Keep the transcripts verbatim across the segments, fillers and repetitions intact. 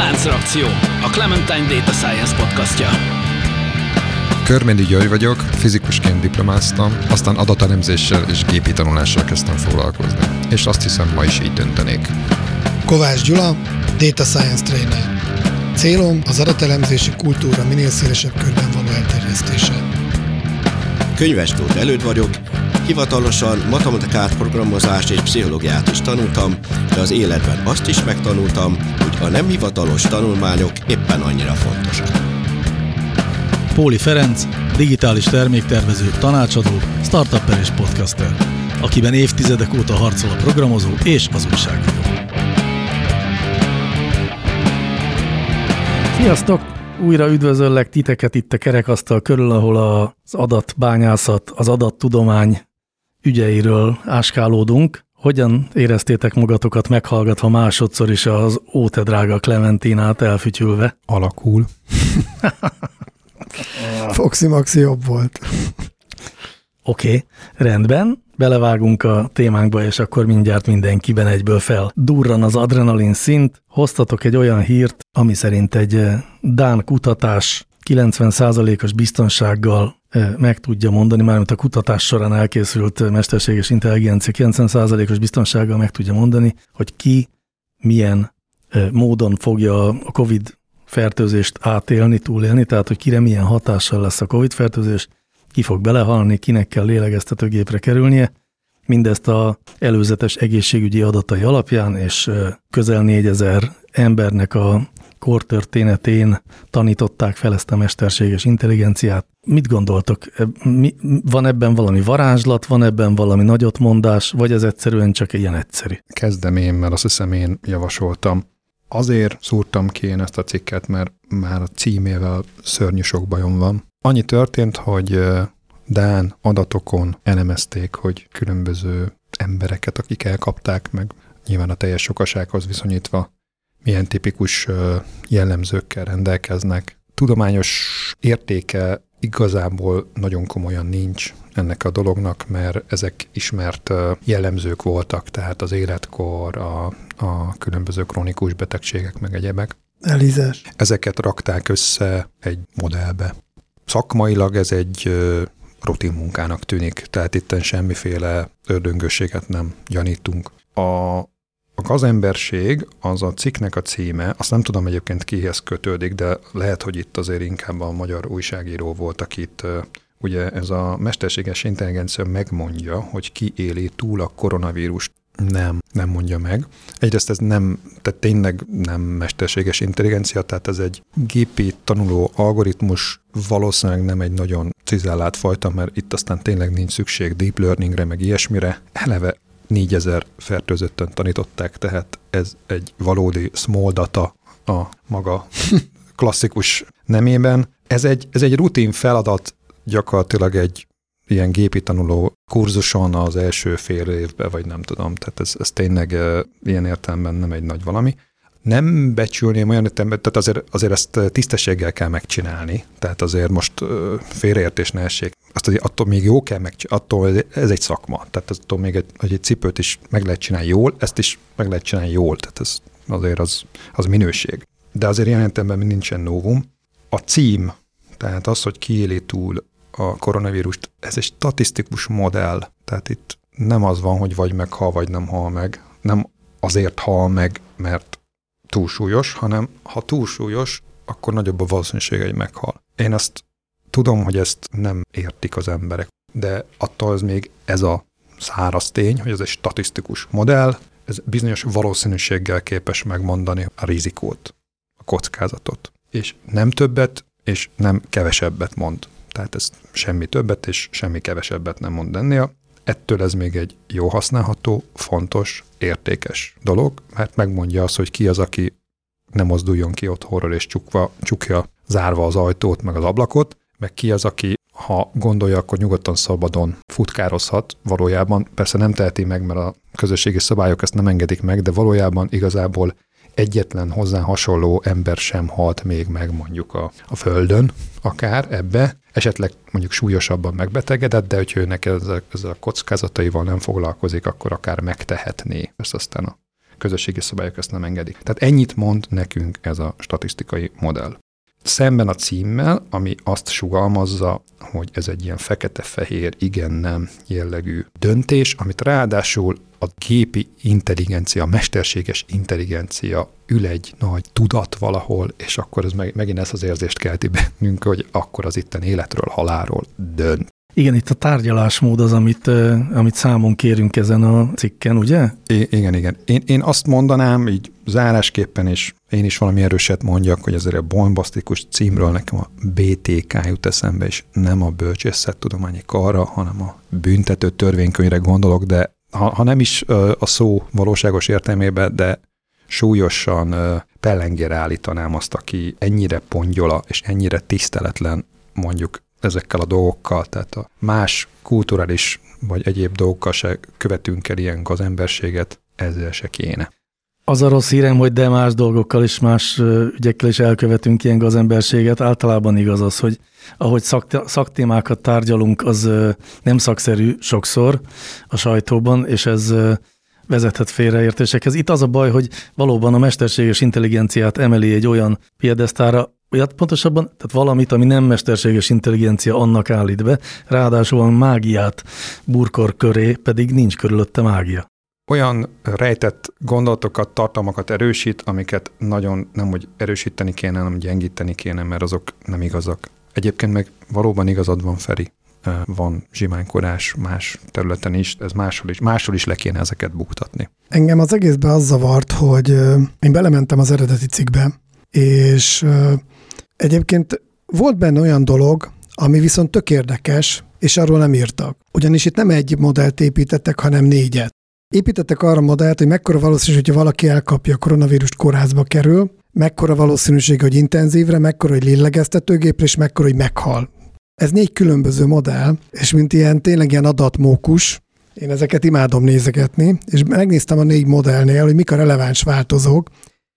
Láncreakció, a Clementine Data Science podcastja. Körméndi György vagyok, fizikusként diplomáztam, aztán adatelemzéssel és gépi tanulással kezdtem foglalkozni. És azt hiszem, ma is így döntenék. Kovács Gyula, Data Science Trainer. Célom az adatelemzési kultúra minél szélesebb körben való elterjesztése. Könyves Tóth Előd vagyok, hivatalosan matematikát, programozást és pszichológiát is tanultam, de az életben azt is megtanultam, hogy a nem hivatalos tanulmányok éppen annyira fontosak. Póli Ferenc, digitális terméktervező, tanácsadó, startupper és podcaster, akiben évtizedek óta harcol a programozó és az újságíró. Sziasztok! Újra üdvözöllek titeket itt a kerekasztal körül, ahol az adatbányászat, az adattudomány ügyeiről áskálódunk. Hogyan éreztétek magatokat meghallgatva másodszor is az ó, te drága Clementinát elfütyülve? Alakul. Foxy Maxi jobb volt. Oké, okay, rendben. Belevágunk a témánkba, és akkor mindjárt mindenkiben egyből fel. Durran az adrenalin szint. Hoztatok egy olyan hírt, ami szerint egy dán kutatás kilencven százalékos biztonsággal meg tudja mondani, mármint a kutatás során elkészült mesterséges intelligencia kilencven százalékos biztonsággal meg tudja mondani, hogy ki milyen módon fogja a Covid fertőzést átélni, túlélni, tehát hogy kire milyen hatással lesz a Covid fertőzés, ki fog belehalni, kinek kell lélegeztetőgépre kerülnie. Mindezt az előzetes egészségügyi adatai alapján, és közel négyezer embernek a kortörténetén tanították fel ezt a mesterséges intelligenciát. Mit gondoltok? Van ebben valami varázslat, van ebben valami nagyotmondás, vagy ez egyszerűen csak ilyen egyszerű? Kezdem én, mert azt hiszem én javasoltam. Azért szúrtam ki én ezt a cikket, mert már a címével szörnyű sok bajom van. Annyi történt, hogy dán adatokon elemezték, hogy különböző embereket, akik elkapták, meg nyilván a teljes sokasághoz viszonyítva, milyen tipikus jellemzőkkel rendelkeznek. Tudományos értéke igazából nagyon komolyan nincs ennek a dolognak, mert ezek ismert jellemzők voltak, tehát az életkor, a, a különböző krónikus betegségek, meg egyebek. Elízás. Ezeket rakták össze egy modellbe. Szakmailag ez egy rutin munkának tűnik, tehát itten semmiféle ördöngösséget nem gyanítunk. A A gazemberség, az a cikknek a címe, azt nem tudom egyébként kihez kötődik, de lehet, hogy itt azért inkább a magyar újságíró volt, akit ugye ez a mesterséges intelligencia megmondja, hogy ki éli túl a koronavírust. Nem, nem mondja meg. Egyrészt ez nem, tehát tényleg nem mesterséges intelligencia, tehát ez egy gépi tanuló algoritmus, valószínűleg nem egy nagyon cizellált fajta, mert itt aztán tényleg nincs szükség deep learningre, meg ilyesmire. Eleve négyezer fertőzötten tanították, tehát ez egy valódi small data a maga klasszikus nemében. Ez egy, ez egy rutin feladat, gyakorlatilag egy ilyen gépi tanuló kurzuson az első fél évben, vagy nem tudom, tehát ez, ez tényleg e, ilyen értelemben nem egy nagy valami. Nem becsülném olyan értelemben, tehát azért, azért ezt tisztességgel kell megcsinálni, tehát azért most e, félreértés ne essék. Azt azért attól még jó kell megcsinálni, attól ez egy szakma, tehát attól még egy, egy cipőt is meg lehet csinálni jól, ezt is meg lehet csinálni jól, tehát ez azért az, az minőség. De azért ilyen értelemben nincsen novum. A cím, tehát az, hogy kiéli túl a koronavírust, ez egy statisztikus modell, tehát itt nem az van, hogy vagy meghal, vagy nem hal meg, nem azért hal meg, mert túlsúlyos, hanem ha túlsúlyos, akkor nagyobb a valószínűség, hogy meghal. Én azt tudom, hogy ezt nem értik az emberek, de attól ez még ez a száraz tény, hogy ez egy statisztikus modell, ez bizonyos valószínűséggel képes megmondani a rizikót, a kockázatot. És nem többet, és nem kevesebbet mond. Tehát ez semmi többet és semmi kevesebbet nem mond ennél. Ettől ez még egy jó használható, fontos, értékes dolog, mert megmondja azt, hogy ki az, aki nem mozduljon ki otthonról és csukva, csukja zárva az ajtót, meg az ablakot, meg ki az, aki ha gondolja, akkor nyugodtan szabadon futkározhat. Valójában persze nem teheti meg, mert a közösségi szabályok ezt nem engedik meg, de valójában igazából egyetlen hozzá hasonló ember sem halt még meg mondjuk a, a Földön, akár ebbe, esetleg mondjuk súlyosabban megbetegedett, de hogyha őnek ezzel, ezzel a kockázataival nem foglalkozik, akkor akár megtehetné. Ezt aztán a közösségi szabályok ezt nem engedik. Tehát ennyit mond nekünk ez a statisztikai modell. Szemben a címmel, ami azt sugalmazza, hogy ez egy ilyen fekete-fehér, igen-nem jellegű döntés, amit ráadásul a gépi intelligencia, a mesterséges intelligencia ül egy nagy tudat valahol, és akkor ez meg, megint ezt az érzést kelti bennünk, hogy akkor az itten életről, halálról dönt. Igen, itt a tárgyalásmód az, amit, amit számon kérünk ezen a cikken, ugye? I- igen, igen. Én, én azt mondanám, így zárásképpen, és én is valami erőset mondjak, hogy ezért a bombasztikus címről nekem a bé té ká jut eszembe, és nem a bölcsészettudományi karra, hanem a büntető törvénykönyvre gondolok, de ha, ha nem is a szó valóságos értelmében, de súlyosan pellengére állítanám azt, aki ennyire pongyola és ennyire tiszteletlen mondjuk ezekkel a dolgokkal, tehát a más kulturális vagy egyéb dolgokkal se követünk el ilyen gazemberséget, ezzel se kéne. Az a rossz hírem, hogy de más dolgokkal és más ügyekkel is elkövetünk ilyen gazemberséget. Általában igaz az, hogy ahogy szaktémákat tárgyalunk, az nem szakszerű sokszor a sajtóban, és ez vezethet félreértésekhez. Itt az a baj, hogy valóban a mesterséges intelligenciát emeli egy olyan piedesztára, olyat pontosabban, tehát valamit, ami nem mesterséges intelligencia, annak állít be, ráadásul a mágiát burkor köré, pedig nincs körülötte mágia. Olyan rejtett gondolatokat, tartalmakat erősít, amiket nagyon nem, hogy erősíteni kéne, hanem gyengíteni kéne, mert azok nem igazak. Egyébként meg valóban igazad van, Feri. Van zsimánykodás más területen is, ez máshol is, máshol is le kéne ezeket buktatni. Engem az egészben az zavart, hogy én belementem az eredeti cikkbe, és egyébként volt benne olyan dolog, ami viszont tök érdekes, és arról nem írtak. Ugyanis itt nem egy modellt építettek, hanem négyet. Építettek arra a modellt, hogy mekkora valószínűség, hogyha valaki elkapja a koronavírust, kórházba kerül, mekkora valószínűség, hogy intenzívre, mekkora, hogy lélegeztetőgépre, és mekkora, hogy meghal. Ez négy különböző modell, és mint ilyen tényleg ilyen adatmókus, én ezeket imádom nézegetni, és megnéztem a négy modellnél, hogy mik a releváns változók,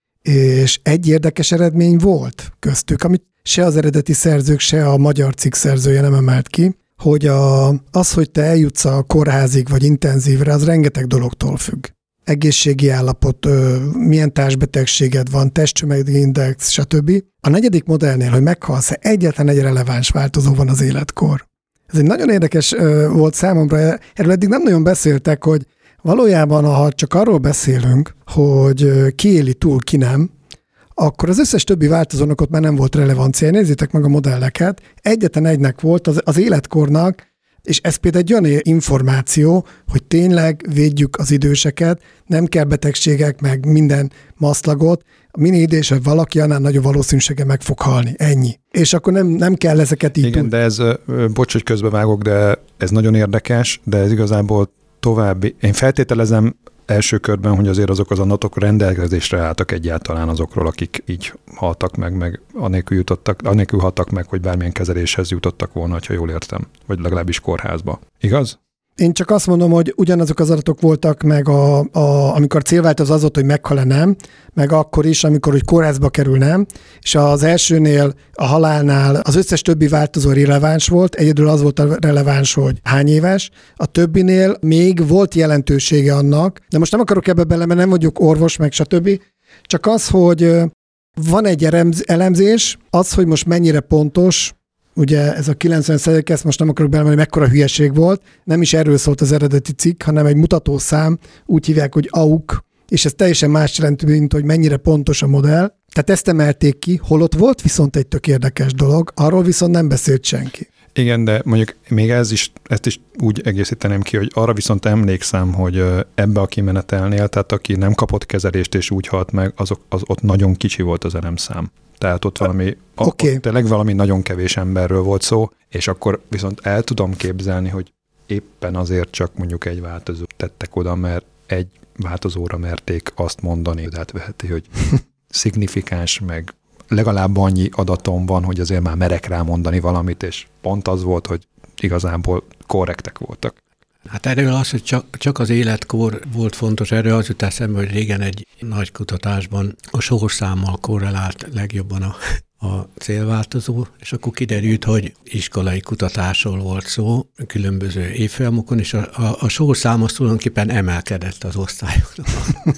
és egy érdekes eredmény volt köztük, amit se az eredeti szerzők, se a magyar cikk szerzője nem emelt ki, hogy a, az, hogy te eljutsz a kórházig vagy intenzívre, az rengeteg dologtól függ. Egészségi állapot, milyen társbetegséged van, testcsomagindex, stb. A negyedik modellnél, hogy meghalsz, egyetlen egy releváns változó van, az életkor. Ez egy nagyon érdekes volt számomra, erről eddig nem nagyon beszéltek, hogy valójában, ha csak arról beszélünk, hogy ki éli túl, ki nem, akkor az összes többi változónak ott már nem volt relevancia. Nézzétek meg a modelleket. Egyetlen egynek volt az, az életkornak, és ez például egy olyan információ, hogy tényleg védjük az időseket, nem kell betegségek, meg minden maszlagot, minél idősebb valaki, annál nagyobb valószínűsége meg fog halni. Ennyi. És akkor nem, nem kell ezeket így... Igen, tud... de ez, bocs, hogy közbevágok, de ez nagyon érdekes, de ez igazából további... Én feltételezem első körben, hogy azért azok az adatok rendelkezésre álltak egyáltalán azokról, akik így haltak meg, meg anélkül jutottak, anélkül haltak meg, hogy bármilyen kezeléshez jutottak volna, ha jól értem, vagy legalábbis kórházba. Igaz? Én csak azt mondom, hogy ugyanazok az adatok voltak meg, a, a, amikor célváltozó az volt, hogy meghal-e nem, meg akkor is, amikor hogy kórházba kerül nem, és az elsőnél, a halálnál az összes többi változó releváns volt, egyedül az volt a releváns, hogy hány éves, a többinél még volt jelentősége annak, de most nem akarok ebbe bele, mert nem vagyok orvos, meg stb. Csak az, hogy van egy elemzés, az, hogy most mennyire pontos, ugye ez a kilencven százalék, ezt most nem akarok belemenni, mekkora hülyeség volt, nem is erről szólt az eredeti cikk, hanem egy mutatószám, úgy hívják, hogy á u ká, és ez teljesen más jelent, mint hogy mennyire pontos a modell. Tehát ezt emelték ki, holott volt viszont egy tök érdekes dolog, arról viszont nem beszélt senki. Igen, de mondjuk még ez is, ezt is úgy egészíteném ki, hogy arra viszont emlékszem, hogy ebbe a kimenetelnél, tehát aki nem kapott kezelést és úgy halt meg, azok, az ott nagyon kicsi volt az elemszám. Tehát ott valami, okay. ott tényleg valami nagyon kevés emberről volt szó, és akkor viszont el tudom képzelni, hogy éppen azért csak mondjuk egy változó tettek oda, mert egy változóra merték azt mondani, tehát veheti, hogy szignifikáns, meg legalább annyi adatom van, hogy azért már merek rá mondani valamit, és pont az volt, hogy igazából korrektek voltak. Hát erről az, hogy csak, csak az életkor volt fontos, erről az jut eszembe, hogy régen egy nagy kutatásban a sorszámmal korrelált legjobban a, a célváltozó, és akkor kiderült, hogy iskolai kutatásról volt szó, különböző évfolyamokon, és a, a, a sorszám az tulajdonképpen emelkedett az osztályoknak.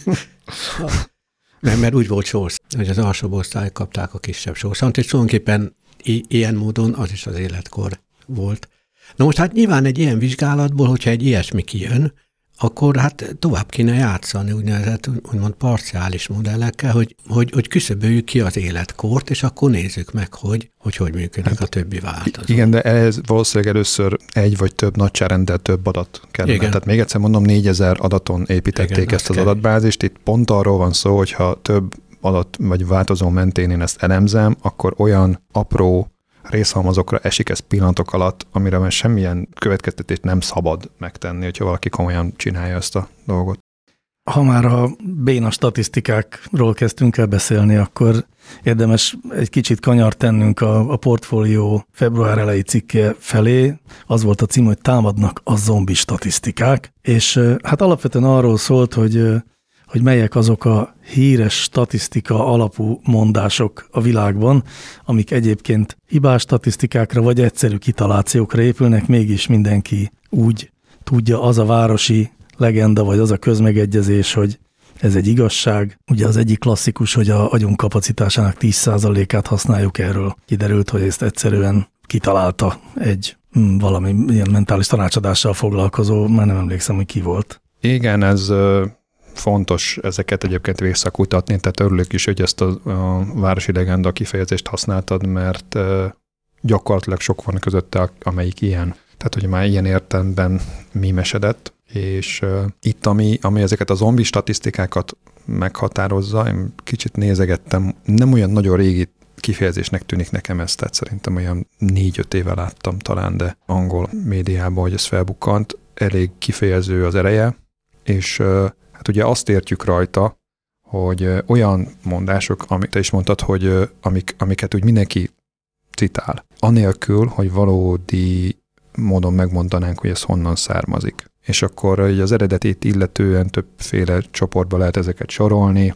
mert, mert úgy volt sorszám, hogy az alsóbb osztályok kapták a kisebb sorszámot, és tulajdonképpen i- ilyen módon az is az életkor volt. Na most hát nyilván egy ilyen vizsgálatból, hogyha egy ilyesmi kijön, akkor hát tovább kéne játszani úgynevezett, úgymond parciális modellekkel, hogy, hogy, hogy küszöböljük ki az életkort, és akkor nézzük meg, hogy hogy, hogy működik hát, a többi változó. Igen, de ez valószínűleg először egy vagy több nagyságrendel több adat kellene. Igen. Tehát még egyszer mondom, négyezer adaton építették igen, ezt az kell. adatbázist. Itt pont arról van szó, hogyha több adat vagy változó mentén én ezt elemzem, akkor olyan apró részhalmazokra esik ez pillanatok alatt, amire már semmilyen következtetést nem szabad megtenni, hogyha valaki komolyan csinálja ezt a dolgot. Ha már a béna statisztikákról kezdtünk el beszélni, akkor érdemes egy kicsit kanyart tennünk a, a portfólió február eleji cikke felé. Az volt a cím, hogy támadnak a zombi statisztikák, és hát alapvetően arról szólt, hogy hogy melyek azok a híres statisztika alapú mondások a világban, amik egyébként hibás statisztikákra vagy egyszerű kitalációkra épülnek, mégis mindenki úgy tudja, az a városi legenda, vagy az a közmegegyezés, hogy ez egy igazság. Ugye az egyik klasszikus, hogy a agyunk kapacitásának tíz százalékát használjuk erről. Kiderült, hogy ezt egyszerűen kitalálta egy valami ilyen mentális tanácsadással foglalkozó, már nem emlékszem, hogy ki volt. Igen, ez fontos ezeket egyébként visszakutatni, tehát örülök is, hogy ezt a, a városi legenda kifejezést használtad, mert gyakorlatilag sok van közötte, amelyik ilyen. Tehát, hogy már ilyen értelemben mímesedett, és uh, itt, ami, ami ezeket a zombi statisztikákat meghatározza, én kicsit nézegettem, nem olyan nagyon régi kifejezésnek tűnik nekem ez, tehát szerintem olyan négy-öt éve láttam talán, de angol médiában, hogy ez felbukkant, elég kifejező az ereje, és uh, hát ugye azt értjük rajta, hogy uh, olyan mondások, amit te is mondtad, hogy uh, amik, amiket úgy mindenki citál, anélkül, hogy valódi módon megmondanánk, hogy ez honnan származik. És akkor az eredetét illetően többféle csoportba lehet ezeket sorolni.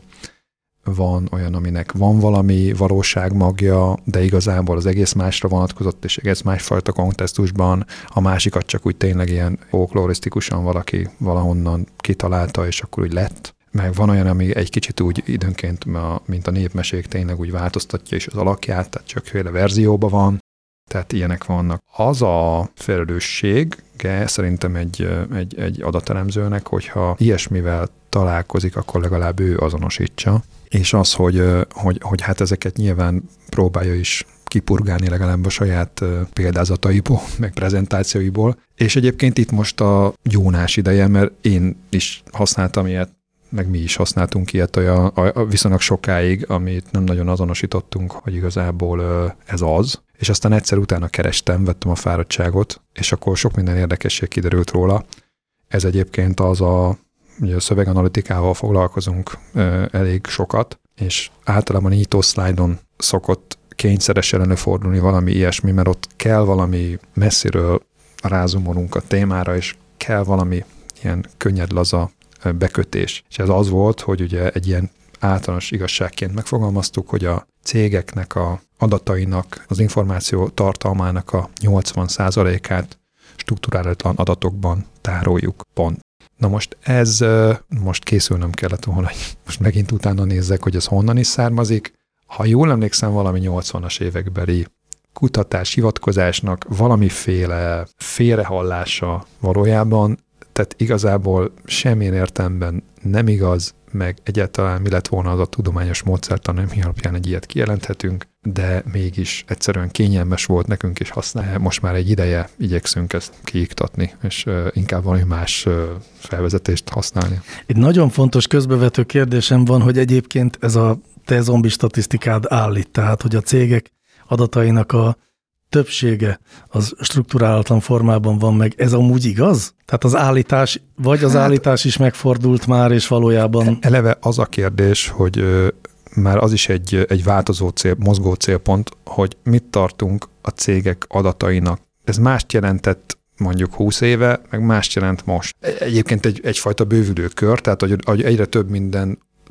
Van olyan, aminek van valami valóságmagja, de igazából az egész másra vonatkozott, és egész másfajta kontextusban. A másikat csak úgy tényleg ilyen folklorisztikusan valaki valahonnan kitalálta, és akkor úgy lett. Meg van olyan, ami egy kicsit úgy időnként, mint a népmesék, tényleg úgy változtatja is az alakját, tehát csökkféle verzióban van. Tehát ilyenek vannak. Az a felelőssége szerintem egy, egy, egy adatelemzőnek, hogyha ilyesmivel találkozik, akkor legalább ő azonosítsa. És az, hogy, hogy, hogy hát ezeket nyilván próbálja is kipurgálni legalább a saját példázataiból, meg prezentációiból. És egyébként itt most a gyónás ideje, mert én is használtam ilyet, meg mi is használtunk ilyet olyan, a, viszonylag sokáig, amit nem nagyon azonosítottunk, hogy igazából ez az. És aztán egyszer utána kerestem, vettem a fáradtságot, és akkor sok minden érdekesség kiderült róla. Ez egyébként az a, ugye a szöveganalitikával foglalkozunk e, elég sokat, és általában nyitó szlájdon szokott kényszeresen előfordulni valami ilyesmi, mert ott kell valami messziről rázumolunk a témára, és kell valami ilyen könnyed, laza bekötés. És ez az volt, hogy ugye egy ilyen általános igazságként megfogalmaztuk, hogy a cégeknek a adatainak, az információ tartalmának a nyolcvan százalékát strukturálatlan adatokban tároljuk. Pont. Na most ez, most készülnöm kellett volna, hogy most megint utána nézzek, hogy ez honnan is származik. Ha jól emlékszem, valami nyolcvanas évekbeli kutatás, hivatkozásnak valamiféle félrehallása valójában, tehát igazából semmilyen értelemben nem igaz, meg egyáltalán mi lett volna az a tudományos módszertan, ami alapján egy ilyet kijelenthetünk, de mégis egyszerűen kényelmes volt nekünk is használni. Most már egy ideje igyekszünk ezt kiiktatni, és uh, inkább valami más uh, felvezetést használni. Egy nagyon fontos közbevető kérdésem van, hogy egyébként ez a te zombi statisztikád állít, tehát hogy a cégek adatainak a többsége az strukturálatlan formában van meg. Ez amúgy igaz? Tehát az állítás, vagy az hát, állítás is megfordult már, és valójában... Eleve az a kérdés, hogy ö, már az is egy, egy változó cél, mozgó célpont, hogy mit tartunk a cégek adatainak. Ez mást jelentett mondjuk húsz éve, meg mást jelent most. Egyébként egy, egyfajta bővülő kör, tehát hogy, hogy egyre több minden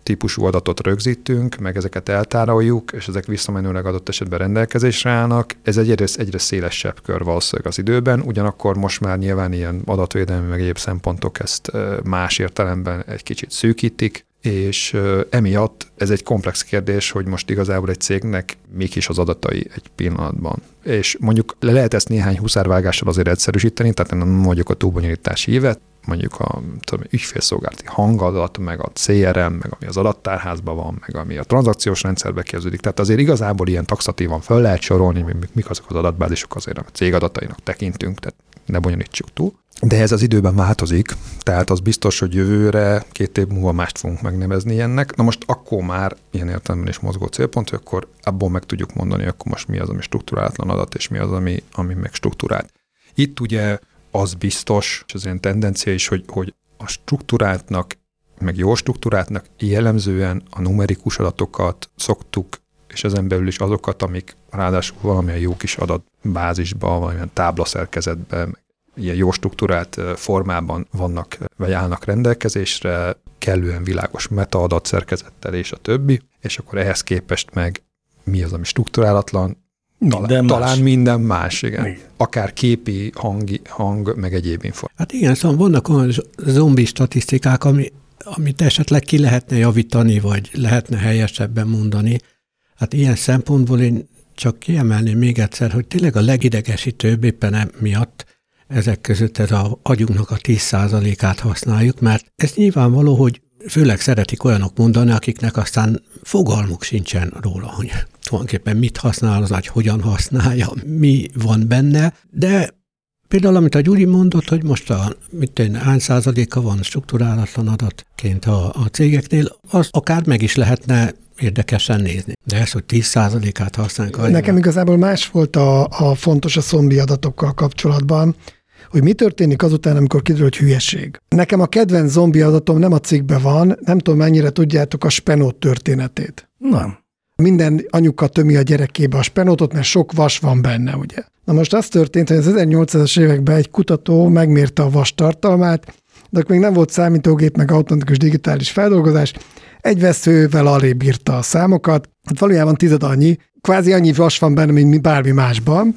típusú adatot rögzítünk, meg ezeket eltároljuk, és ezek visszamenőleg adott esetben rendelkezésre állnak. Ez egy egyre, egyre szélesebb kör valószínűleg az időben, ugyanakkor most már nyilván ilyen adatvédelmi meg egyéb szempontok ezt más értelemben egy kicsit szűkítik, és emiatt ez egy komplex kérdés, hogy most igazából egy cégnek mik is az adatai egy pillanatban. És mondjuk le lehet ezt néhány huszárvágással azért egyszerűsíteni, tehát nem mondjuk a túlbonyolítási évet, mondjuk a tudom, ügyfélszolgálati hangadat, meg a cé er em, meg ami az adattárházban van, meg ami a tranzakciós rendszerbe kezdődik. Tehát azért igazából ilyen taxatívan föl lehet sorolni, mik azok az adatbázisok azért, a cég adatainak tekintünk, tehát ne bonyolítsuk túl. De ez az időben változik, tehát az biztos, hogy jövőre, két év múlva mást fogunk megnevezni ennek. Na most akkor már ilyen értelemben is mozgó célpont, hogy akkor abból meg tudjuk mondani, hogy akkor most mi az, ami strukturálatlan adat, és mi az, ami, ami meg struktúrált. Itt ugye az biztos, és az ilyen tendencia is, hogy, hogy a struktúráltnak, meg jó struktúráltnak jellemzően a numerikus adatokat szoktuk, és ezen belül is azokat, amik ráadásul valamilyen jó kis adatbázisban, valamilyen táblaszerkezetben, ilyen jó struktúrált formában vannak, vagy állnak rendelkezésre, kellően világos metaadat szerkezettel és a többi, és akkor ehhez képest meg mi az, ami strukturálatlan, Minden talán, más. talán minden más, igen. igen. Akár képi, hangi, hang, meg egyéb információ. Hát igen, szóval vannak olyan zombi statisztikák, ami, amit esetleg ki lehetne javítani, vagy lehetne helyesebben mondani. Hát ilyen szempontból én csak kiemelném még egyszer, hogy tényleg a legidegesítőbb éppen miatt ezek között ez az agyunknak a tíz százalékát használjuk, mert ez nyilvánvaló, hogy főleg szeretik olyanok mondani, akiknek aztán fogalmuk sincsen róla, hogy tulajdonképpen mit használ az agy, hogyan használja, mi van benne, de például, amit a Gyuri mondott, hogy most a mit én, hány százaléka van strukturálatlan adatként a, a cégeknél, az akár meg is lehetne érdekesen nézni. De ez, hogy tíz százalékát használják. Nekem igazából más volt a, a fontos a zombi adatokkal kapcsolatban, hogy mi történik azután, amikor kiderül, hogy hülyeség. Nekem a kedvenc zombi adatom nem a cikkben van, nem tudom, mennyire tudjátok a spenót történetét. Nem. Minden anyuka tömi a gyerekébe a spenótot, mert sok vas van benne, ugye. Na most az történt, hogy az ezernyolcszázas években egy kutató megmérte a vas tartalmát, de akkor még nem volt számítógép, meg automatikus digitális feldolgozás, egy veszővel arrébb írta a számokat, hát valójában tized annyi, kvázi annyi vas van benne, mint bármi másban,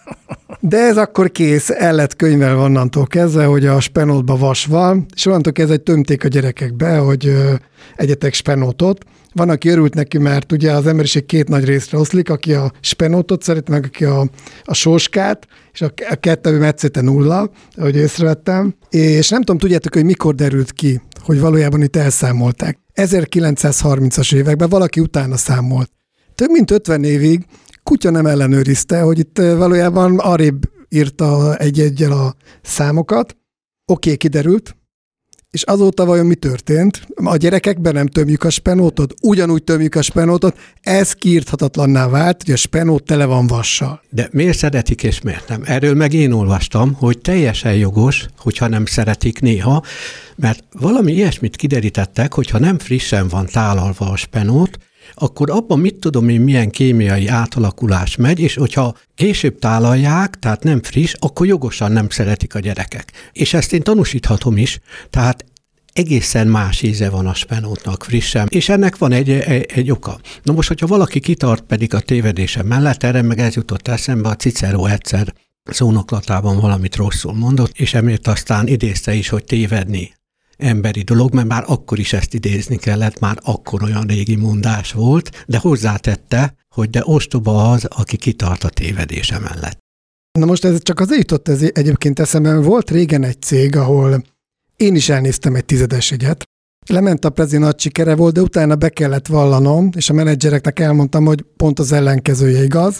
de ez akkor kész, el lett könyvelve onnantól kezdve, hogy a spenótban vas van, és onnantól kezdve tömték a gyerekekbe, hogy ö, egyetek spenótot. Van, aki örült neki, mert ugye az emberiség két nagy részre oszlik, aki a spenótot szeret, meg aki a, a sóskát, és a, a kettő metszete nulla, ahogy észrevettem. És nem tudom, tudjátok, hogy mikor derült ki, hogy valójában itt elszámolták. ezerkilencszázharmincas években valaki utána számolt. Több mint ötven évig kutya nem ellenőrizte, hogy itt valójában arrébb írta egy-egyel a számokat. Oké, okay, kiderült. És azóta vajon mi történt? A gyerekekben nem tömjük a spenótot, ugyanúgy tömjük a spenótot, ez kiírthatatlanná vált, hogy a spenót tele van vassal. De miért szeretik és miért nem? Erről meg én olvastam, hogy teljesen jogos, hogyha nem szeretik néha, mert valami ilyesmit kiderítettek, hogyha nem frissen van tálalva a spenót, akkor abban mit tudom én, milyen kémiai átalakulás megy, és hogyha később tálalják, tehát nem friss, akkor jogosan nem szeretik a gyerekek. És ezt én tanúsíthatom is, tehát egészen más íze van a spenótnak frissen, és ennek van egy, egy, egy oka. Na most, hogyha valaki kitart pedig a tévedése mellett, erre meg ez jutott eszembe, a Cicero egyszer szónoklatában valamit rosszul mondott, és emiatt aztán idézte is, hogy tévedni emberi dolog, mert már akkor is ezt idézni kellett, már akkor olyan régi mondás volt, de hozzátette, hogy de ostoba az, aki kitart a tévedése mellett. Na most ez csak azért jutott ez egyébként eszembe, mert volt régen egy cég, ahol én is elnéztem egy tizedes jegyet. Lement a prezi, nagy sikere volt, de utána be kellett vallanom, és a menedzsereknek elmondtam, hogy pont az ellenkezője igaz.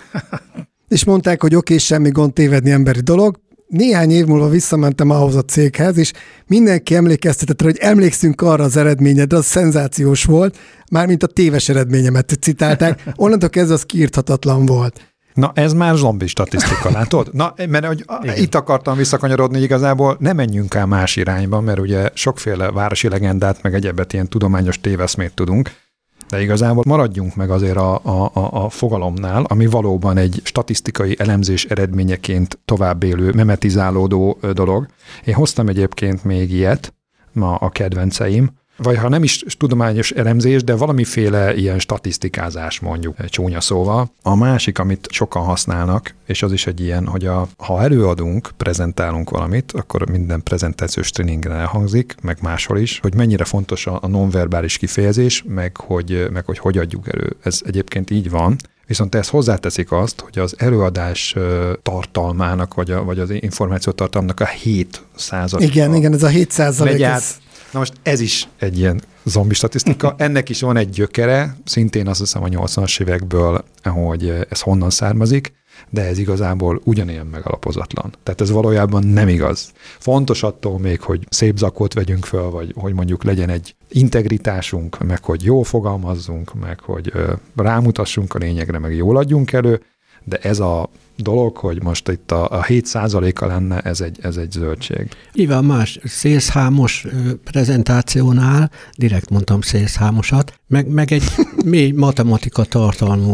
És mondták, hogy oké, semmi gond, tévedni emberi dolog. Néhány év múlva visszamentem ahhoz a céghez, és mindenki emlékeztetett rá, hogy emlékszünk arra az eredményedre, az szenzációs volt, mármint a téves eredményemet citálták, onnantól kezdve az kiírthatatlan volt. Na, ez már zombi statisztika, látod? Na, mert hogy itt akartam visszakanyarodni, igazából ne menjünk el más irányba, mert ugye sokféle városi legendát, meg egyebet ilyen tudományos téveszmét tudunk, de igazából maradjunk meg azért a, a, a fogalomnál, ami valóban egy statisztikai elemzés eredményeként tovább élő, memetizálódó dolog. Én hoztam egyébként még ilyet, ma a kedvenceim, vagy ha nem is tudományos elemzés, de valamiféle ilyen statisztikázás mondjuk csúnya szóval. A másik, amit sokan használnak, és az is egy ilyen, hogy a, ha előadunk, prezentálunk valamit, akkor minden prezentációs tréningen elhangzik, meg máshol is, hogy mennyire fontos a, a nonverbális kifejezés, meg hogy, meg hogy hogy adjuk elő. Ez egyébként így van. Viszont ezt hozzáteszik azt, hogy az előadás tartalmának, vagy, a, vagy az információtartalmának a hét százaléka. Igen, igen, ez a hét százalék. Ez... Na most ez is egy ilyen zombi statisztika. Ennek is van egy gyökere, szintén azt hiszem a nyolcvanas évekből, hogy ez honnan származik, de ez igazából ugyanilyen megalapozatlan. Tehát ez valójában nem igaz. Fontos attól még, hogy szép zakót vegyünk föl, vagy hogy mondjuk legyen egy integritásunk, meg hogy jól fogalmazzunk, meg hogy rámutassunk a lényegre, meg jól adjunk elő, de ez a dolog, hogy most itt a, a hét százaléka lenne, ez egy, ez egy zöldség. Nyilván más szélszámos prezentációnál, direkt mondtam szélszámosat, meg, meg egy mély matematika tartalmú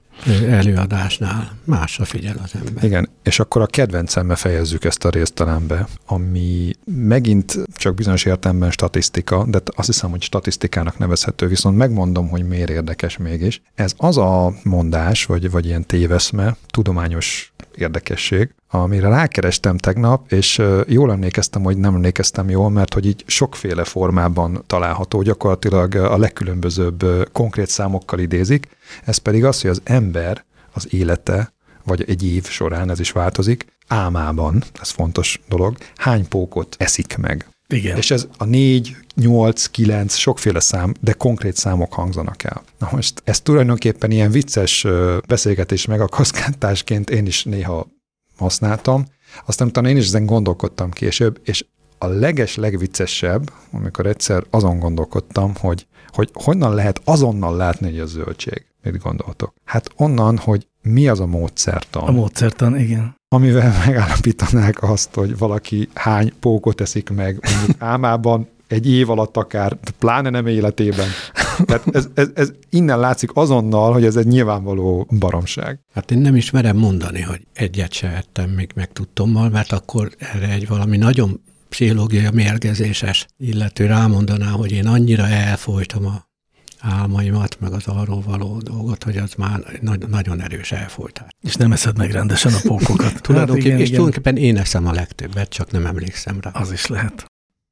előadásnál másra figyel az ember. Igen, és akkor a kedvencembe fejezzük ezt a részt talán be, ami megint csak bizonyos értelemben statisztika, de azt hiszem, hogy statisztikának nevezhető, viszont megmondom, hogy miért érdekes mégis. Ez az a mondás, vagy, vagy ilyen téveszme, tudományos érdekesség, amire rákerestem tegnap, és jól emlékeztem, hogy nem emlékeztem jól, mert hogy így sokféle formában található, gyakorlatilag a legkülönbözőbb konkrét számokkal idézik, ez pedig az, hogy az ember az élete, vagy egy év során, ez is változik, álmában, ez fontos dolog, hány pókot eszik meg. Igen. És ez a négy, nyolc, kilenc, sokféle szám, de konkrét számok hangzanak el. Na most ez tulajdonképpen ilyen vicces beszélgetés megakasztásként én is néha használtam, aztán utána én is ezen gondolkodtam később, és a leges, legviccesebb, amikor egyszer azon gondolkodtam, hogy, hogy honnan lehet azonnal látni, hogy a zöldség. Mit gondoltok? Hát onnan, hogy mi az a módszertan. A módszertan, igen. Amivel megállapítanák azt, hogy valaki hány pókot eszik meg, mondjuk álmában, egy év alatt akár, pláne nem életében. Tehát ez, ez, ez innen látszik azonnal, hogy ez egy nyilvánvaló baromság. Hát én nem is merem mondani, hogy egyet se ettem még meg tudtommal, mert akkor erre egy valami nagyon pszichológiai mérgezéses illető rámondaná, hogy én annyira elfolytam a álmaimat, meg az arról való dolgot, hogy az már nagy, nagyon erős elfolytás. És nem eszed meg rendesen a pókokat. Tulajdonképpen, hát és igen. tulajdonképpen én eszem a legtöbbet, csak nem emlékszem rá. Az is lehet.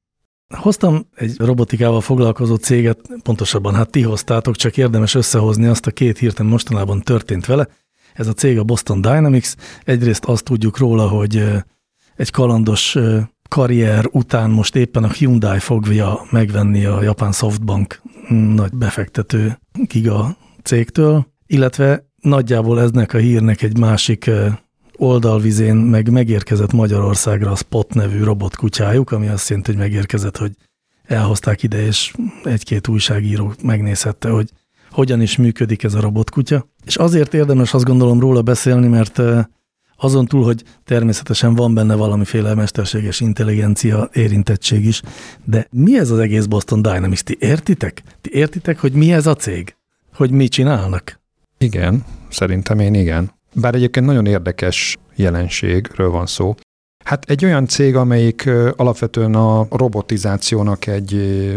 Hoztam egy robotikával foglalkozó céget, pontosabban hát ti hoztátok, csak érdemes összehozni azt a két hírt, ami mostanában történt vele. Ez a cég a Boston Dynamics. Egyrészt azt tudjuk róla, hogy egy kalandos karrier után most éppen a Hyundai fogja megvenni a japán Softbank nagy befektető giga cégtől, illetve nagyjából eznek a hírnek egy másik oldalvizén meg megérkezett Magyarországra a Spot nevű robotkutyájuk, ami azt jelenti, hogy megérkezett, hogy elhozták ide, és egy-két újságíró megnézhette, hogy hogyan is működik ez a robotkutya. És azért érdemes azt gondolom róla beszélni, mert azon túl, hogy természetesen van benne valamiféle mesterséges intelligencia érintettség is, de mi ez az egész Boston Dynamics? Ti értitek? Ti értitek, hogy mi ez a cég? Hogy mit csinálnak? Igen, szerintem én igen. Bár egyébként nagyon érdekes jelenségről van szó. Hát egy olyan cég, amelyik alapvetően a robotizációnak egy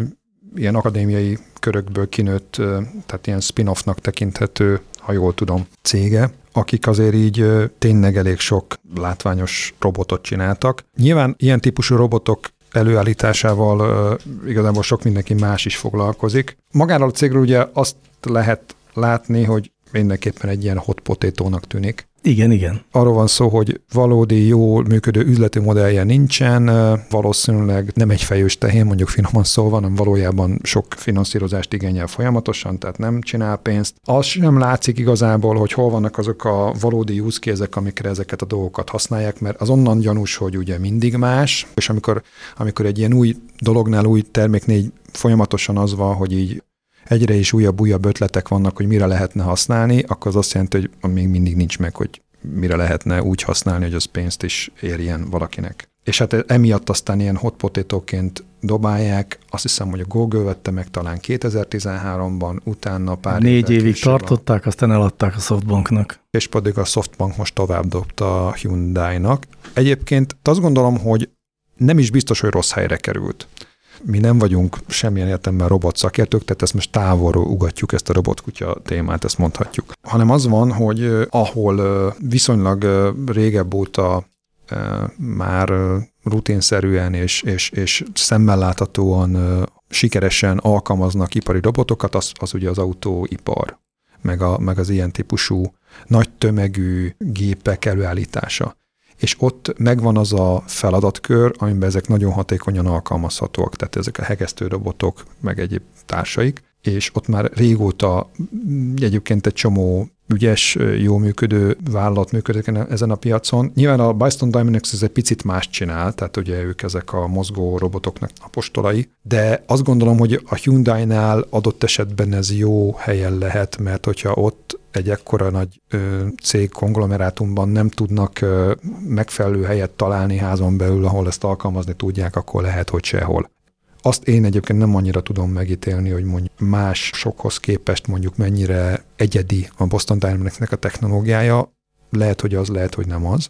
ilyen akadémiai körökből kinőtt, tehát ilyen spin-offnak tekinthető, ha jól tudom, cége, akik azért így tényleg elég sok látványos robotot csináltak. Nyilván ilyen típusú robotok előállításával uh, igazából sok mindenki más is foglalkozik. Magáról a cégről ugye azt lehet látni, hogy mindenképpen egy ilyen hot potato-nak tűnik. Igen, igen. Arról van szó, hogy valódi, jól működő üzleti modellje nincsen, valószínűleg nem egy fejős tehén, mondjuk finoman szólva, hanem valójában sok finanszírozást igényel folyamatosan, tehát nem csinál pénzt. Az sem látszik igazából, hogy hol vannak azok a valódi use case-ek, amikre ezeket a dolgokat használják, mert az onnan gyanús, hogy ugye mindig más, és amikor, amikor egy ilyen új dolognál, új terméknél folyamatosan az van, hogy így egyre is újabb-újabb ötletek vannak, hogy mire lehetne használni, akkor az azt jelenti, hogy még mindig nincs meg, hogy mire lehetne úgy használni, hogy az pénzt is érjen valakinek. És hát emiatt aztán ilyen hot potato-ként dobálják, azt hiszem, hogy a Google vette meg talán kétezer-tizenháromban, utána pár Négy évig tartották, van. Aztán eladták a Softbanknak. És pedig a Softbank most tovább dobta a Hyundai-nak. Egyébként azt gondolom, hogy nem is biztos, hogy rossz helyre került. Mi nem vagyunk semmilyen értelemben robot szakértők, tehát ezt most távolról ugatjuk, ezt a robotkutya témát, ezt mondhatjuk. Hanem az van, hogy ahol viszonylag régebb óta már rutinszerűen és, és, és szemmel láthatóan sikeresen alkalmaznak ipari robotokat, az, az ugye az autóipar, meg, a, meg az ilyen típusú nagy tömegű gépek előállítása. És ott megvan az a feladatkör, amiben ezek nagyon hatékonyan alkalmazhatóak, tehát ezek a hegesztő robotok, meg egyéb társaik, és ott már régóta egyébként egy csomó ügyes, jó működő vállalat működik ezen a piacon. Nyilván a Boston Dynamics ez egy picit más csinál, tehát ugye ők ezek a mozgó robotoknak apostolai, de azt gondolom, hogy a Hyundai-nál adott esetben ez jó helyen lehet, mert hogyha ott egy ekkora nagy ö, cég konglomerátumban nem tudnak ö, megfelelő helyet találni házon belül, ahol ezt alkalmazni tudják, akkor lehet, hogy sehol. Azt én egyébként nem annyira tudom megítélni, hogy mondjuk más sokhoz képest mondjuk mennyire egyedi a Boston Dynamics-nek a technológiája. Lehet, hogy az, lehet, hogy nem az.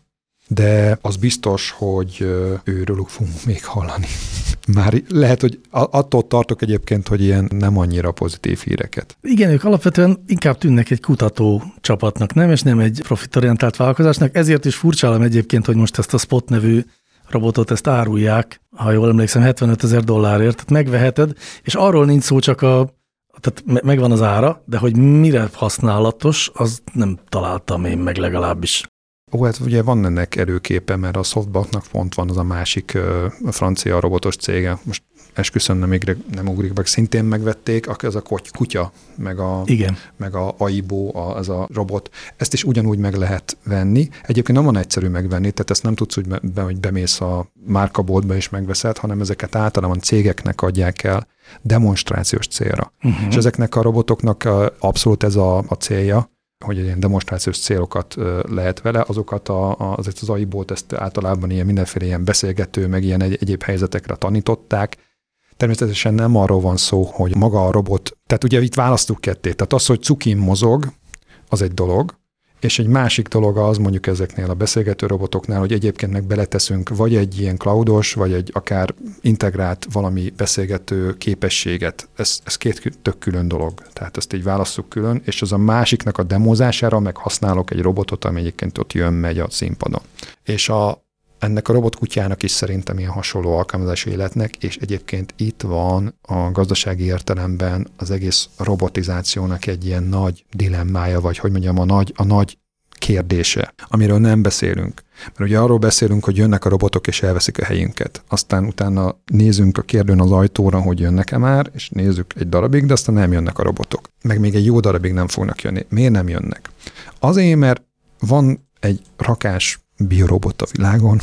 De az biztos, hogy őrülük fogunk még hallani. Már lehet, hogy attól tartok egyébként, hogy ilyen nem annyira pozitív híreket. Igen, ők alapvetően inkább tűnnek egy kutató csapatnak, nem? És nem egy profitorientált vállalkozásnak. Ezért is furcsálom egyébként, hogy most ezt a Spot nevű robotot, ezt árulják, ha jól emlékszem, hetvenöt ezer dollárért, tehát megveheted, és arról nincs szó, csak a, tehát megvan az ára, de hogy mire használatos, az nem találtam én meg legalábbis. Ó, hát ugye van ennek előképe, mert a Softbanknak pont van az a másik uh, francia robotos cége, most esküszöm nem, nem ugrik meg, szintén megvették, az a kutya, meg a, Igen. meg a Aibo, a, az a robot. Ezt is ugyanúgy meg lehet venni. Egyébként nem van egyszerű megvenni, tehát ezt nem tudsz úgy, be, hogy bemész a márkaboltba és megveszed, hanem ezeket általában cégeknek adják el demonstrációs célra. Uh-huh. És ezeknek a robotoknak abszolút ez a, a célja, hogy ilyen demonstrációs célokat lehet vele, azokat a, az, az Aibo-t ezt általában ilyen mindenféle ilyen beszélgető, meg ilyen egy, egyéb helyzetekre tanították. Természetesen nem arról van szó, hogy maga a robot, tehát ugye itt választuk ketté, tehát az, hogy cukin mozog, az egy dolog, és egy másik dolog az mondjuk ezeknél a beszélgető robotoknál, hogy egyébként meg beleteszünk vagy egy ilyen cloudos, vagy egy akár integrált valami beszélgető képességet. Ez, ez két tök külön dolog. Tehát ezt így válasszuk külön, és az a másiknak a demozására meg használok egy robotot, ami egyébként ott jön, megy a színpadon. És a ennek a robotkutyának is szerintem ilyen hasonló alkalmazási életnek, és egyébként itt van a gazdasági értelemben az egész robotizációnak egy ilyen nagy dilemmája, vagy hogy mondjam, a nagy, a nagy kérdése, amiről nem beszélünk. Mert ugye arról beszélünk, hogy jönnek a robotok, és elveszik a helyünket. Aztán utána nézünk a kérdőn az ajtóra, hogy jönnek-e már, és nézzük egy darabig, de aztán nem jönnek a robotok. Meg még egy jó darabig nem fognak jönni. Miért nem jönnek? Azért, mert van egy rakás biorobot a világon,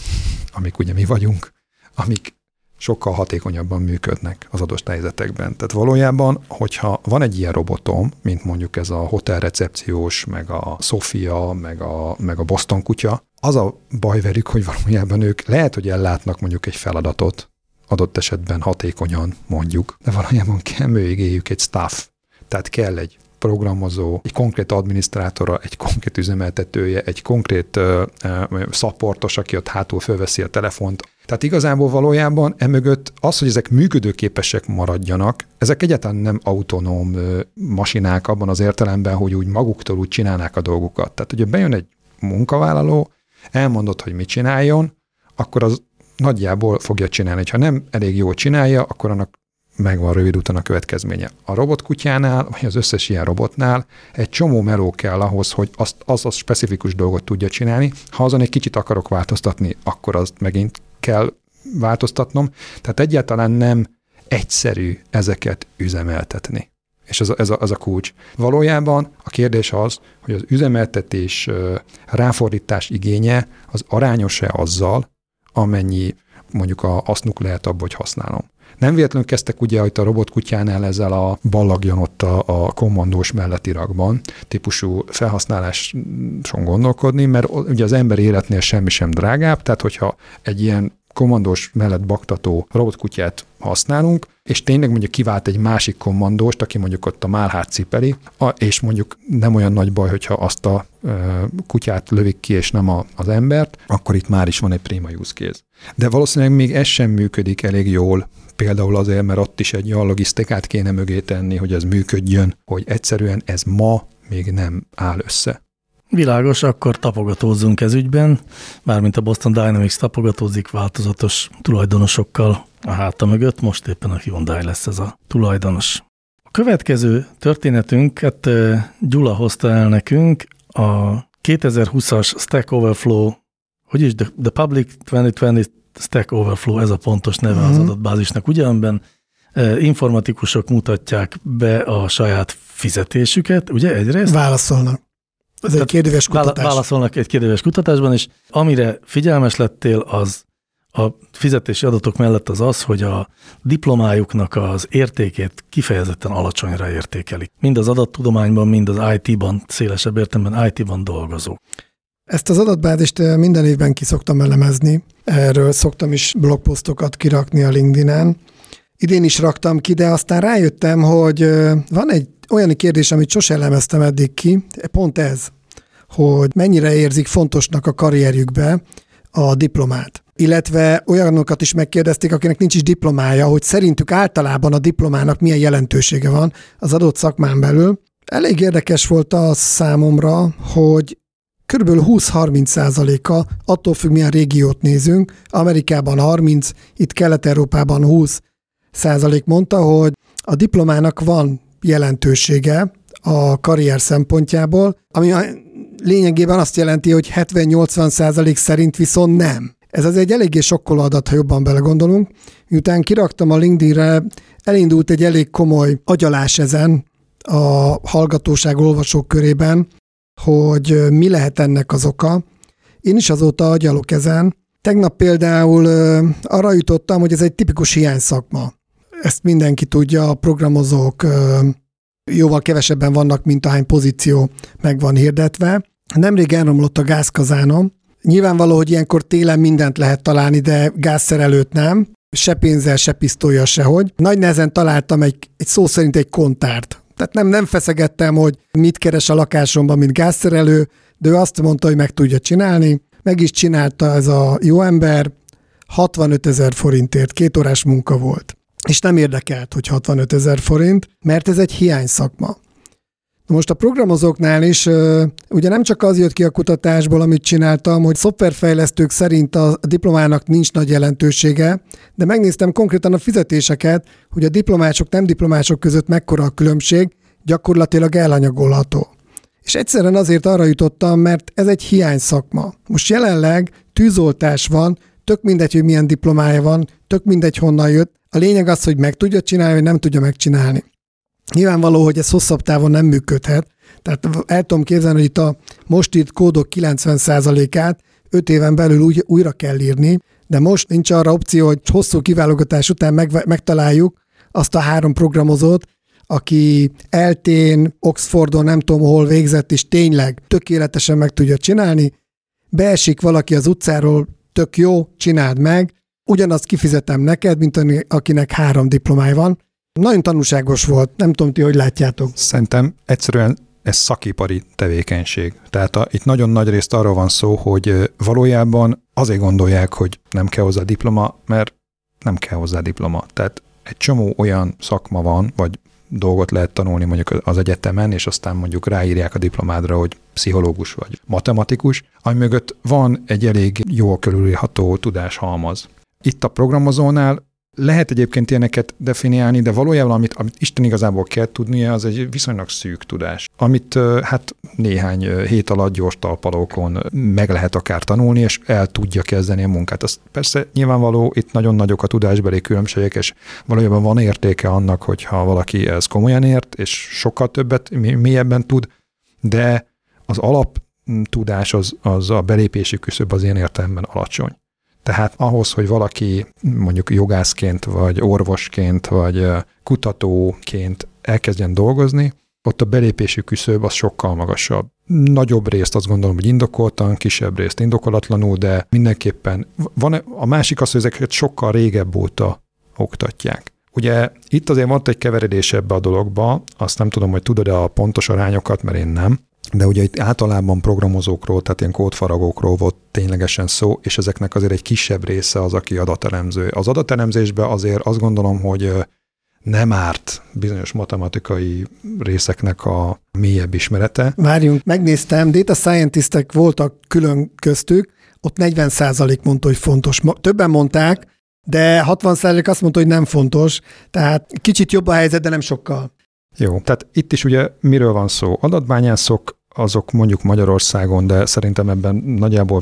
amik ugye mi vagyunk, amik sokkal hatékonyabban működnek az adott helyzetekben. Tehát valójában, hogyha van egy ilyen robotom, mint mondjuk ez a hotelrecepciós, meg a Sofia, meg a, meg a Boston kutya, az a baj velük, hogy valójában ők lehet, hogy ellátnak mondjuk egy feladatot, adott esetben hatékonyan mondjuk, de valójában kell mögéjük egy staff, tehát kell egy programozó, egy konkrét adminisztrátora, egy konkrét üzemeltetője, egy konkrét uh, uh, szapportos, aki ott hátul fölveszi a telefont. Tehát igazából valójában emögött az, hogy ezek működőképesek maradjanak, ezek egyáltalán nem autonóm uh, masinák abban az értelemben, hogy úgy maguktól úgy csinálnák a dolgukat. Tehát ugye bejön egy munkavállaló, elmondod, hogy mit csináljon, akkor az nagyjából fogja csinálni. Ha nem elég jól csinálja, akkor annak megvan rövid úton a következménye. A robotkutyánál, vagy az összes ilyen robotnál egy csomó meló kell ahhoz, hogy azt, az a specifikus dolgot tudja csinálni. Ha azon egy kicsit akarok változtatni, akkor azt megint kell változtatnom. Tehát egyáltalán nem egyszerű ezeket üzemeltetni. És ez a, ez a, ez a kulcs. Valójában a kérdés az, hogy az üzemeltetés ráfordítás igénye az arányos-e azzal, amennyi mondjuk a hasznuk lehet abba, hogy használom. Nem véletlenül kezdtek ugye, hogy a robotkutyánál ezzel a ballagjon ott a, a kommandós melletti rakban típusú felhasználáson gondolkodni, mert ugye az ember életnél semmi sem drágább, tehát hogyha egy ilyen kommandós mellett baktató robotkutyát használunk, és tényleg mondjuk kivált egy másik kommandóst, aki mondjuk ott a málhát cipeli, és mondjuk nem olyan nagy baj, hogyha azt a kutyát lövik ki, és nem a, az embert, akkor itt már is van egy prima use case. De valószínűleg még ez sem működik elég jól, például azért, mert ott is egy olyan logisztikát kéne mögé tenni, hogy ez működjön, hogy egyszerűen ez ma még nem áll össze. Világos, akkor tapogatózzunk ez ügyben, mármint a Boston Dynamics tapogatózik változatos tulajdonosokkal a háta mögött, most éppen a Hyundai lesz ez a tulajdonos. A következő történetünket Gyula hozta el nekünk, a kétezer-húszas Stack Overflow, hogy is, The, the Public kétezer-húsz Stack Overflow, ez a pontos neve uh-huh. az adatbázisnak, ugyanben informatikusok mutatják be a saját fizetésüket, ugye egyrészt? Válaszolnak. Ez egy kérdéves kutatás. Válaszolnak egy kérdéves kutatásban, és amire figyelmes lettél, az a fizetési adatok mellett az az, hogy a diplomájuknak az értékét kifejezetten alacsonyra értékelik. Mind az adattudományban, mind az í té-ban, szélesebb értelemben í té-ban dolgozók. Ezt az adatbázist minden évben ki szoktam elemezni. Erről szoktam is blogposztokat kirakni a LinkedIn-en. Idén is raktam ki, de aztán rájöttem, hogy van egy olyan kérdés, amit sose elemeztem eddig ki, pont ez, hogy mennyire érzik fontosnak a karrierjükbe a diplomát. Illetve olyanokat is megkérdezték, akinek nincs is diplomája, hogy szerintük általában a diplomának milyen jelentősége van az adott szakmán belül. Elég érdekes volt az számomra, hogy kb. húsz-harminc százaléka, attól függ, milyen régiót nézünk, Amerikában harminc, itt Kelet-Európában húsz százalék mondta, hogy a diplomának van jelentősége a karrier szempontjából, ami lényegében azt jelenti, hogy hetven-nyolcvan százalék szerint viszont nem. Ez az egy eléggé sokkoló adat, ha jobban belegondolunk. Miután kiraktam a LinkedIn-re, elindult egy elég komoly agyalás ezen a hallgatóság olvasók körében, hogy mi lehet ennek az oka. Én is azóta agyalok ezen. Tegnap például arra jutottam, hogy ez egy tipikus hiányszakma. Ezt mindenki tudja, a programozók jóval kevesebben vannak, mint ahány pozíció meg van hirdetve. Nemrég elromlott a gázkazánom. Nyilvánvaló, hogy ilyenkor télen mindent lehet találni, de gázszerelőt nem. Se pénzzel, se pisztolya, sehogy. Nagy nehezen találtam egy, egy szó szerint egy kontárt. Tehát nem, nem feszegettem, hogy mit keres a lakásomban, mint gázszerelő, de ő azt mondta, hogy meg tudja csinálni. Meg is csinálta ez a jó ember, hatvanöt ezer forintért, két órás munka volt. És nem érdekelt, hogy hatvanöt ezer forint, mert ez egy hiány szakma. Most a programozóknál is ugye nem csak az jött ki a kutatásból, amit csináltam, hogy szoftverfejlesztők szerint a diplomának nincs nagy jelentősége, de megnéztem konkrétan a fizetéseket, hogy a diplomások, nem diplomások között mekkora a különbség, gyakorlatilag elhanyagolható. És egyszerűen azért arra jutottam, mert ez egy hiány szakma. Most jelenleg tűzoltás van, tök mindegy, hogy milyen diplomája van, tök mindegy, honnan jött. A lényeg az, hogy meg tudja csinálni, vagy nem tudja megcsinálni. Nyilvánvaló, hogy ez hosszabb távon nem működhet. Tehát el tudom képzelni, hogy itt a most írt kódok kilencven százalékát öt éven belül úgy, újra kell írni, de most nincs arra opció, hogy hosszú kiválogatás után meg, megtaláljuk azt a három programozót, aki eltén, Oxfordon, nem tudom hol végzett, és tényleg tökéletesen meg tudja csinálni. Beesik valaki az utcáról, tök jó, csináld meg, ugyanazt kifizetem neked, mint akinek három diplomája van. Nagyon tanulságos volt, nem tudom ti, hogy látjátok. Szerintem egyszerűen ez szakipari tevékenység. Tehát a, itt nagyon nagy részt arról van szó, hogy valójában azért gondolják, hogy nem kell hozzá diploma, mert nem kell hozzá diploma. Tehát egy csomó olyan szakma van, vagy dolgot lehet tanulni mondjuk az egyetemen, és aztán mondjuk ráírják a diplomádra, hogy pszichológus vagy matematikus, ami mögött van egy elég jól körülírható tudáshalmaz. Itt a programozónál lehet egyébként ilyeneket definiálni, de valójában, amit, amit Isten igazából kell tudnia, az egy viszonylag szűk tudás, amit hát néhány hét alatt gyors talpalókon meg lehet akár tanulni, és el tudja kezdeni a munkát. Az persze nyilvánvaló, itt nagyon nagyok a tudásbeli különbségek, és valójában van értéke annak, hogyha valaki ez komolyan ért, és sokkal többet, mélyebben tud, de az alaptudás, az, az a belépési küszöb az én értelemben alacsony. Tehát ahhoz, hogy valaki mondjuk jogászként, vagy orvosként, vagy kutatóként elkezdjen dolgozni, ott a belépési küszöb az sokkal magasabb. Nagyobb részt azt gondolom, hogy indokoltan, kisebb részt indokolatlanul, de mindenképpen van a másik az, hogy ezeket sokkal régebb óta oktatják. Ugye itt azért volt egy keveredés ebbe a dologba, azt nem tudom, hogy tudod-e a pontos arányokat, mert én nem, de ugye itt általában programozókról, tehát ilyen kódfaragókról volt ténylegesen szó, és ezeknek azért egy kisebb része az, aki adatelemző. Az adatelemzésben azért azt gondolom, hogy nem árt bizonyos matematikai részeknek a mélyebb ismerete. Várjunk, megnéztem, data scientistek voltak külön köztük, ott negyven százalék mondta, hogy fontos. Többen mondták, de hatvan százalék azt mondta, hogy nem fontos, tehát kicsit jobb a helyzet, de nem sokkal. Jó, tehát itt is ugye miről van szó? Adatbányászok, azok mondjuk Magyarországon, de szerintem ebben nagyjából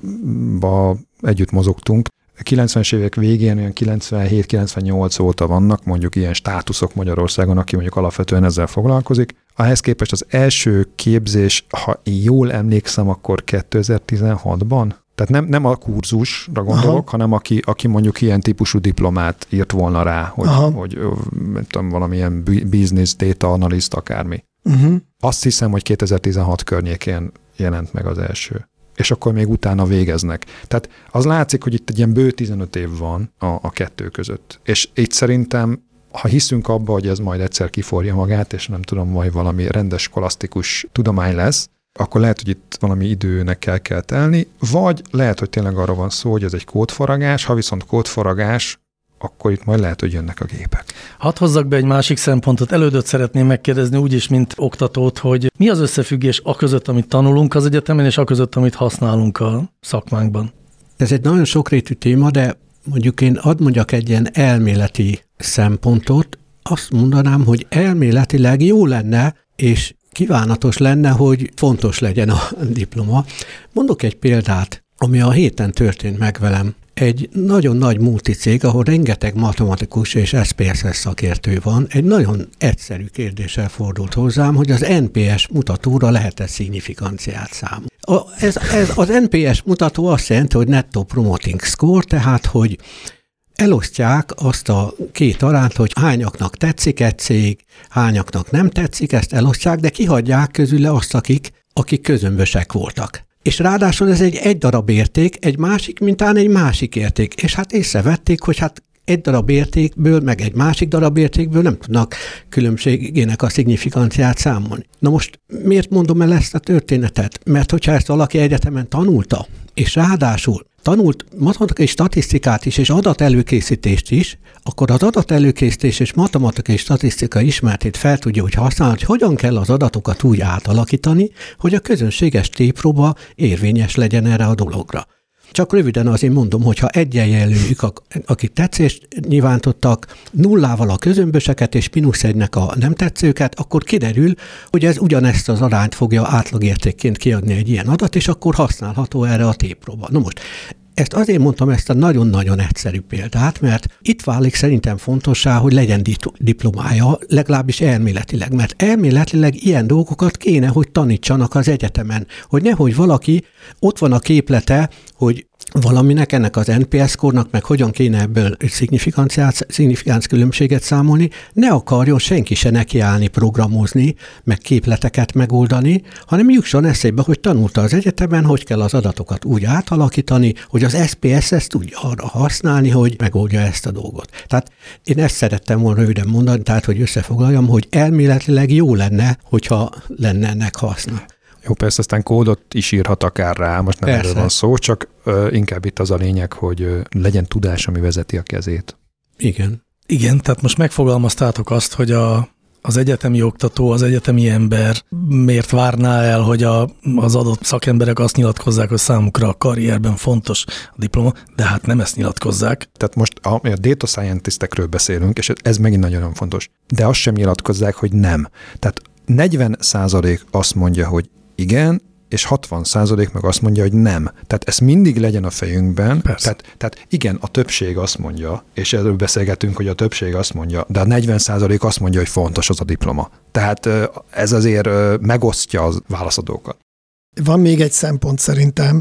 világban együtt mozogtunk. kilencvenes évek végén, olyan kilencvenhét kilencvennyolc óta vannak mondjuk ilyen státuszok Magyarországon, aki mondjuk alapvetően ezzel foglalkozik. Ehhez képest az első képzés, ha jól emlékszem, akkor kétezer-tizenhatban. Tehát nem, nem a kurzusra gondolok, aha, hanem aki, aki mondjuk ilyen típusú diplomát írt volna rá, hogy, hogy nem tudom, valamilyen business data analyst, akármi. Uh-huh. Azt hiszem, hogy kétezer-tizenhat környékén jelent meg az első. És akkor még utána végeznek. Tehát az látszik, hogy itt egy ilyen bő tizenöt év van a, a kettő között. És itt szerintem, ha hiszünk abba, hogy ez majd egyszer kiforja magát, és nem tudom, majd valami rendes skolasztikus tudomány lesz, akkor lehet, hogy itt valami időnek kell, kell telni, vagy lehet, hogy tényleg arra van szó, hogy ez egy kódfaragás, ha viszont kódfaragás, akkor itt majd lehet, hogy jönnek a gépek. Hadd hozzak be egy másik szempontot. Elődöt szeretném megkérdezni úgyis, mint oktatót, hogy mi az összefüggés a között, amit tanulunk az egyetemen, és a között, amit használunk a szakmánkban? Ez egy nagyon sokrétű téma, de mondjuk én ad mondjak egy ilyen elméleti szempontot, azt mondanám, hogy elméletileg jó lenne, és kívánatos lenne, hogy fontos legyen a diploma. Mondok egy példát, ami a héten történt meg velem. Egy nagyon nagy multicég, ahol rengeteg matematikus és es pé es es szakértő van, egy nagyon egyszerű kérdéssel fordult hozzám, hogy az en pé es mutatóra lehet-e szignifikanciát számolni. A, ez, ez, az en pé es mutató azt jelenti, hogy Netto Promoting Score, tehát hogy elosztják azt a két arányt, hogy hányaknak tetszik egy cég, hányaknak nem tetszik, ezt elosztják, de kihagyják közüle azt, akik, akik közömbösek voltak. És ráadásul ez egy egy darab érték, egy másik mintán egy másik érték. És hát észrevették, hogy hát egy darab értékből, meg egy másik darab értékből nem tudnak különbségének a szignifikanciát számolni. Na most miért mondom el ezt a történetet? Mert hogyha ezt valaki egyetemen tanulta, és ráadásul tanult matematikai statisztikát is, és adatelőkészítést is, akkor az adatelőkészítés és matematikai statisztika ismeretét fel tudja úgy használni, hogy hogyan kell az adatokat úgy átalakítani, hogy a közönséges tévpróba érvényes legyen erre a dologra. Csak röviden azért mondom, hogy ha egyenjelölők, akik tetszést nyilvánítottak, nullával a közömböseket és mínusz egynek a nem tetszőket, akkor kiderül, hogy ez ugyanezt az arányt fogja átlagértékként kiadni egy ilyen adat, és akkor használható erre a tévpróba. No most, ezt azért mondtam ezt a nagyon-nagyon egyszerű példát, mert itt válik szerintem fontossá, hogy legyen diplomája, legalábbis elméletileg, mert elméletileg ilyen dolgokat kéne, hogy tanítsanak az egyetemen, hogy nehogy valaki, ott van a képlete, hogy valaminek, ennek az en pé es score-nak, meg hogyan kéne ebből szignifikáns különbséget számolni, ne akarjon senki se nekiállni programozni, meg képleteket megoldani, hanem jusson eszébe, hogy tanulta az egyetemen, hogy kell az adatokat úgy átalakítani, hogy az es pé es ezt tudja arra használni, hogy megoldja ezt a dolgot. Tehát én ezt szerettem volna röviden mondani, tehát hogy összefoglaljam, hogy elméletileg jó lenne, hogyha lenne ennek haszna. Jó, persze aztán kódot is írhat akár rá, most nem erről van szó, csak ö, inkább itt az a lényeg, hogy ö, legyen tudás, ami vezeti a kezét. Igen. Igen, tehát most megfogalmaztátok azt, hogy a, az egyetemi oktató, az egyetemi ember miért várná el, hogy a, az adott szakemberek azt nyilatkozzák, hogy számukra a karrierben fontos a diploma, de hát nem ezt nyilatkozzák. Tehát most a, a data scientistekről beszélünk, és ez megint nagyon fontos, de azt sem nyilatkozzák, hogy nem. Tehát negyven százalék azt mondja, hogy igen, és hatvan százalék meg azt mondja, hogy nem. Tehát ez mindig legyen a fejünkben. Tehát, tehát igen, a többség azt mondja, és erről beszélgetünk, hogy a többség azt mondja, de a negyven százalék azt mondja, hogy fontos az a diploma. Tehát ez azért megosztja a válaszadókat. Van még egy szempont szerintem,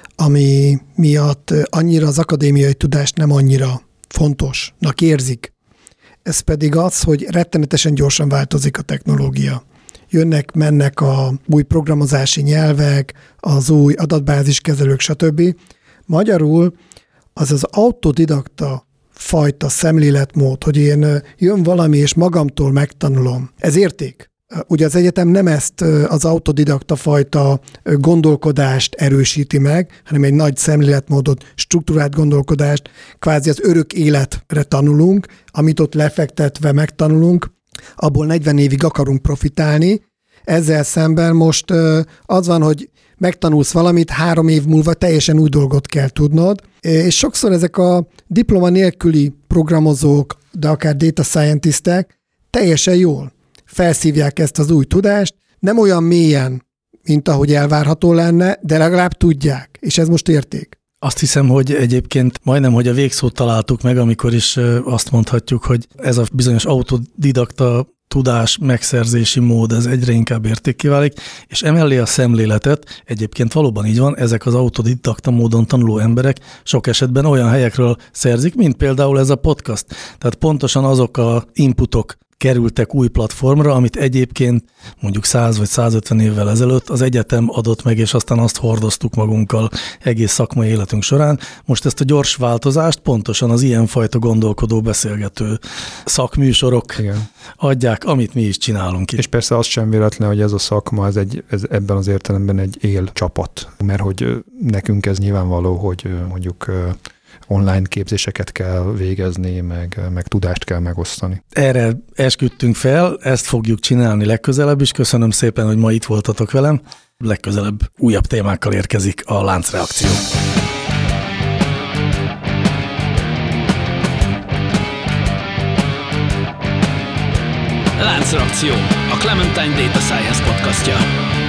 ami miatt annyira az akadémiai tudást nem annyira fontosnak érzik. Ez pedig az, hogy rettenetesen gyorsan változik a technológia. jönnek, mennek a új programozási nyelvek, az új adatbáziskezelők, stb. Magyarul az az autodidakta fajta szemléletmód, hogy én jön valami, és magamtól megtanulom. Ez érték. Ugye az egyetem nem ezt az autodidakta fajta gondolkodást erősíti meg, hanem egy nagy szemléletmódot, struktúrált gondolkodást, kvázi az örök életre tanulunk, amit ott lefektetve megtanulunk, abból negyven évig akarunk profitálni. Ezzel szemben most az van, hogy megtanulsz valamit, három év múlva teljesen új dolgot kell tudnod, és sokszor ezek a diploma nélküli programozók, de akár data scientistek teljesen jól felszívják ezt az új tudást, nem olyan mélyen, mint ahogy elvárható lenne, de legalább tudják, és ez most érték. Azt hiszem, hogy egyébként majdnem, hogy a végszót találtuk meg, amikor is azt mondhatjuk, hogy ez a bizonyos autodidakta tudás megszerzési mód, ez egyre inkább értékké válik, és emellé a szemléletet, egyébként valóban így van, ezek az autodidakta módon tanuló emberek sok esetben olyan helyekről szerzik, mint például ez a podcast. Tehát pontosan azok a inputok kerültek új platformra, amit egyébként mondjuk száz vagy százötven évvel ezelőtt az egyetem adott meg, és aztán azt hordoztuk magunkkal egész szakmai életünk során. Most ezt a gyors változást pontosan az ilyenfajta gondolkodó, beszélgető szakműsorok Igen. adják, amit mi is csinálunk itt. És persze az sem véletlen, hogy ez a szakma, ez, egy, ez ebben az értelemben egy élcsapat, mert hogy nekünk ez nyilvánvaló, hogy mondjuk online képzéseket kell végezni, meg, meg tudást kell megosztani. Erre esküdtünk fel, ezt fogjuk csinálni legközelebb is. Köszönöm szépen, hogy ma itt voltatok velem. Legközelebb újabb témákkal érkezik a Láncreakció. Láncreakció, a Clementine Data Science podcastja.